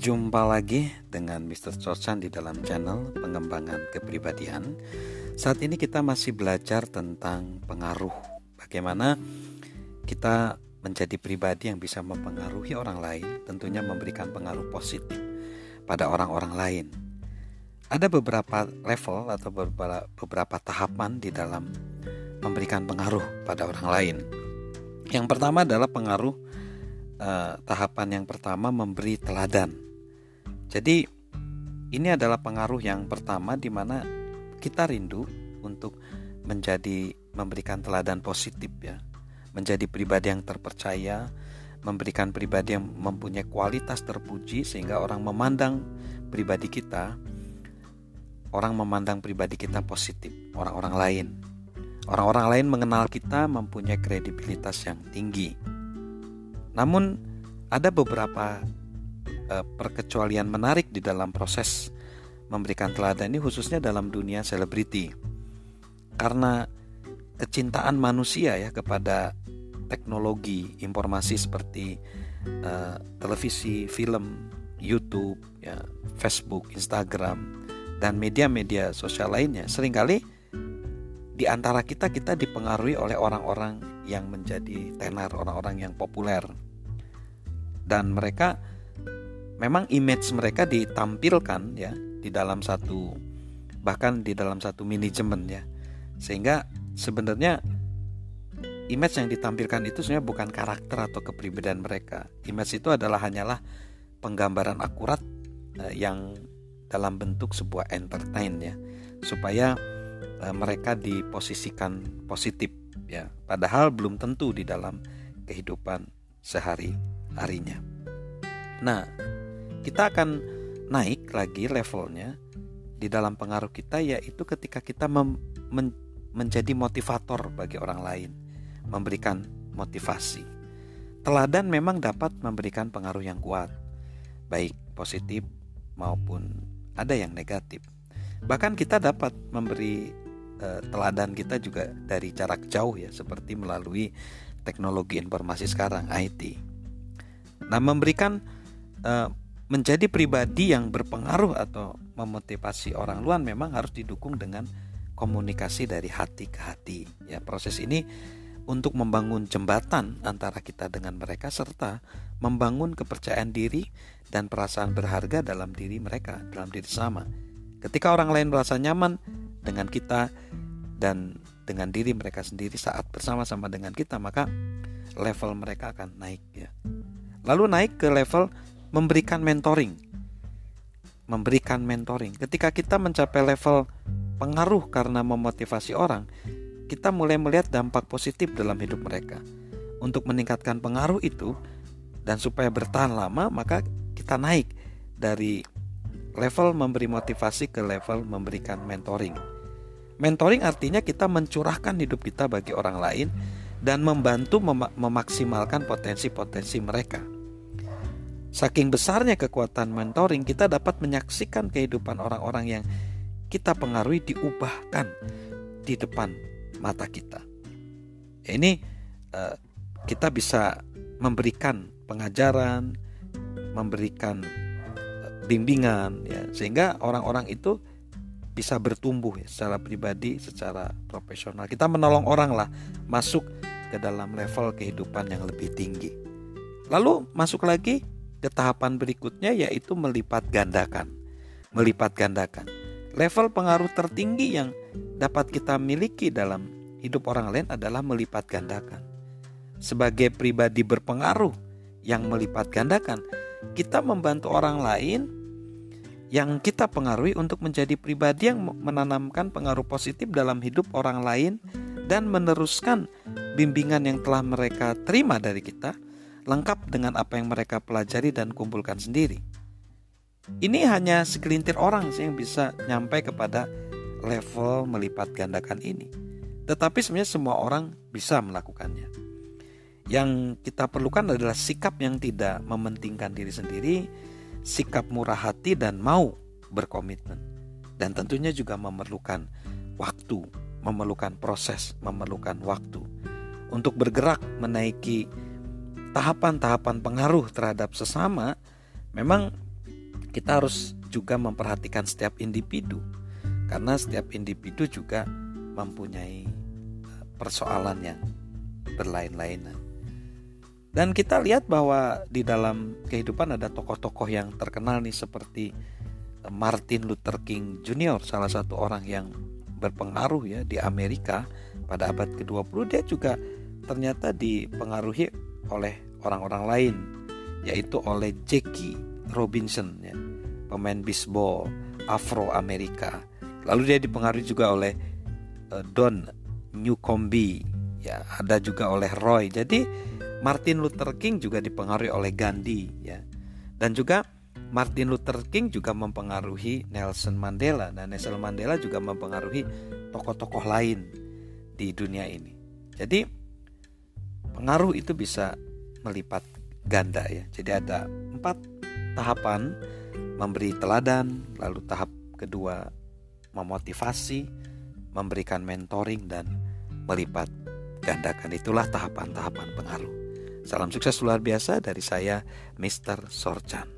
Jumpa lagi dengan Mr. Chochan di dalam channel pengembangan kepribadian. Saat ini kita masih belajar tentang pengaruh. Bagaimana kita menjadi pribadi yang bisa mempengaruhi orang lain, tentunya memberikan pengaruh positif pada orang-orang lain. Ada beberapa level atau beberapa tahapan di dalam memberikan pengaruh pada orang lain. Yang pertama adalah pengaruh tahapan yang pertama, memberi teladan. Jadi ini adalah pengaruh yang pertama di mana kita rindu untuk memberikan teladan positif ya. Menjadi pribadi yang terpercaya, memberikan pribadi yang mempunyai kualitas terpuji sehingga orang memandang pribadi kita positif, orang-orang lain mengenal kita mempunyai kredibilitas yang tinggi. Namun ada beberapa perkecualian menarik di dalam proses memberikan teladan ini, khususnya dalam dunia selebriti. Karena kecintaan manusia ya kepada teknologi informasi seperti televisi, film, YouTube, ya, Facebook, Instagram, dan media-media sosial lainnya, seringkali di antara kita dipengaruhi oleh orang-orang yang menjadi tenar, orang-orang yang populer. Dan mereka memang image mereka ditampilkan ya di dalam satu manajemen ya. Sehingga sebenarnya image yang ditampilkan itu sebenarnya bukan karakter atau kepribadian mereka. Image itu hanyalah penggambaran akurat yang dalam bentuk sebuah entertain ya, supaya mereka diposisikan positif ya, padahal belum tentu di dalam kehidupan sehari-harinya. Nah, kita akan naik lagi levelnya di dalam pengaruh kita, yaitu ketika kita menjadi motivator bagi orang lain, memberikan motivasi. Teladan memang dapat memberikan pengaruh yang kuat, baik positif maupun ada yang negatif. Bahkan kita dapat memberi teladan kita juga dari jarak jauh ya, seperti melalui teknologi informasi sekarang, IT. Nah, menjadi pribadi yang berpengaruh atau memotivasi orang luar memang harus didukung dengan komunikasi dari hati ke hati ya. Proses ini untuk membangun jembatan antara kita dengan mereka, serta membangun kepercayaan diri dan perasaan berharga dalam diri mereka, dalam diri sama. Ketika orang lain merasa nyaman dengan kita dan dengan diri mereka sendiri saat bersama-sama dengan kita, maka level mereka akan naik ya. Lalu naik ke level memberikan mentoring. Ketika kita mencapai level pengaruh karena memotivasi orang, kita mulai melihat dampak positif dalam hidup mereka. Untuk meningkatkan pengaruh itu dan supaya bertahan lama, maka kita naik dari level memberi motivasi ke level memberikan mentoring. Mentoring artinya kita mencurahkan hidup kita bagi orang lain dan membantu memaksimalkan potensi-potensi mereka. Saking besarnya kekuatan mentoring, kita dapat menyaksikan kehidupan orang-orang yang kita pengaruhi diubahkan di depan mata kita. Ini kita bisa memberikan pengajaran, memberikan bimbingan ya, sehingga orang-orang itu bisa bertumbuh ya, secara pribadi, secara profesional. Kita menolong orang lah masuk ke dalam level kehidupan yang lebih tinggi. Lalu masuk lagi ke tahapan berikutnya, yaitu melipat gandakan. Level pengaruh tertinggi yang dapat kita miliki dalam hidup orang lain adalah melipat gandakan. Sebagai pribadi berpengaruh yang melipat gandakan, kita membantu orang lain yang kita pengaruhi untuk menjadi pribadi yang menanamkan pengaruh positif dalam hidup orang lain dan meneruskan bimbingan yang telah mereka terima dari kita, lengkap dengan apa yang mereka pelajari dan kumpulkan sendiri. Ini hanya segelintir orang yang bisa nyampai kepada level melipat gandakan ini. Tetapi sebenarnya semua orang bisa melakukannya. Yang kita perlukan adalah sikap yang tidak mementingkan diri sendiri, sikap murah hati dan mau berkomitmen. Dan tentunya juga memerlukan waktu, memerlukan proses, memerlukan waktu untuk bergerak menaiki tahapan-tahapan pengaruh terhadap sesama. Memang kita harus juga memperhatikan setiap individu, karena setiap individu juga mempunyai persoalan yang berlain-lainan. Dan kita lihat bahwa di dalam kehidupan ada tokoh-tokoh yang terkenal nih, seperti Martin Luther King Jr., salah satu orang yang berpengaruh ya di Amerika pada abad ke-20. Dia juga ternyata dipengaruhi oleh orang-orang lain, yaitu oleh Jackie Robinson ya, pemain bisbol Afro-Amerika. Lalu dia dipengaruhi juga oleh Don Newcombe ya, ada juga oleh Roy. Jadi Martin Luther King juga dipengaruhi oleh Gandhi ya. Dan juga Martin Luther King juga mempengaruhi Nelson Mandela, dan Nelson Mandela juga mempengaruhi tokoh-tokoh lain di dunia ini. Jadi pengaruh itu bisa melipat ganda ya. Jadi ada 4 tahapan: memberi teladan, lalu tahap kedua memotivasi, memberikan mentoring, dan melipat gandakan. Itulah tahapan-tahapan pengaruh. Salam sukses luar biasa dari saya, Mr. Sorchan.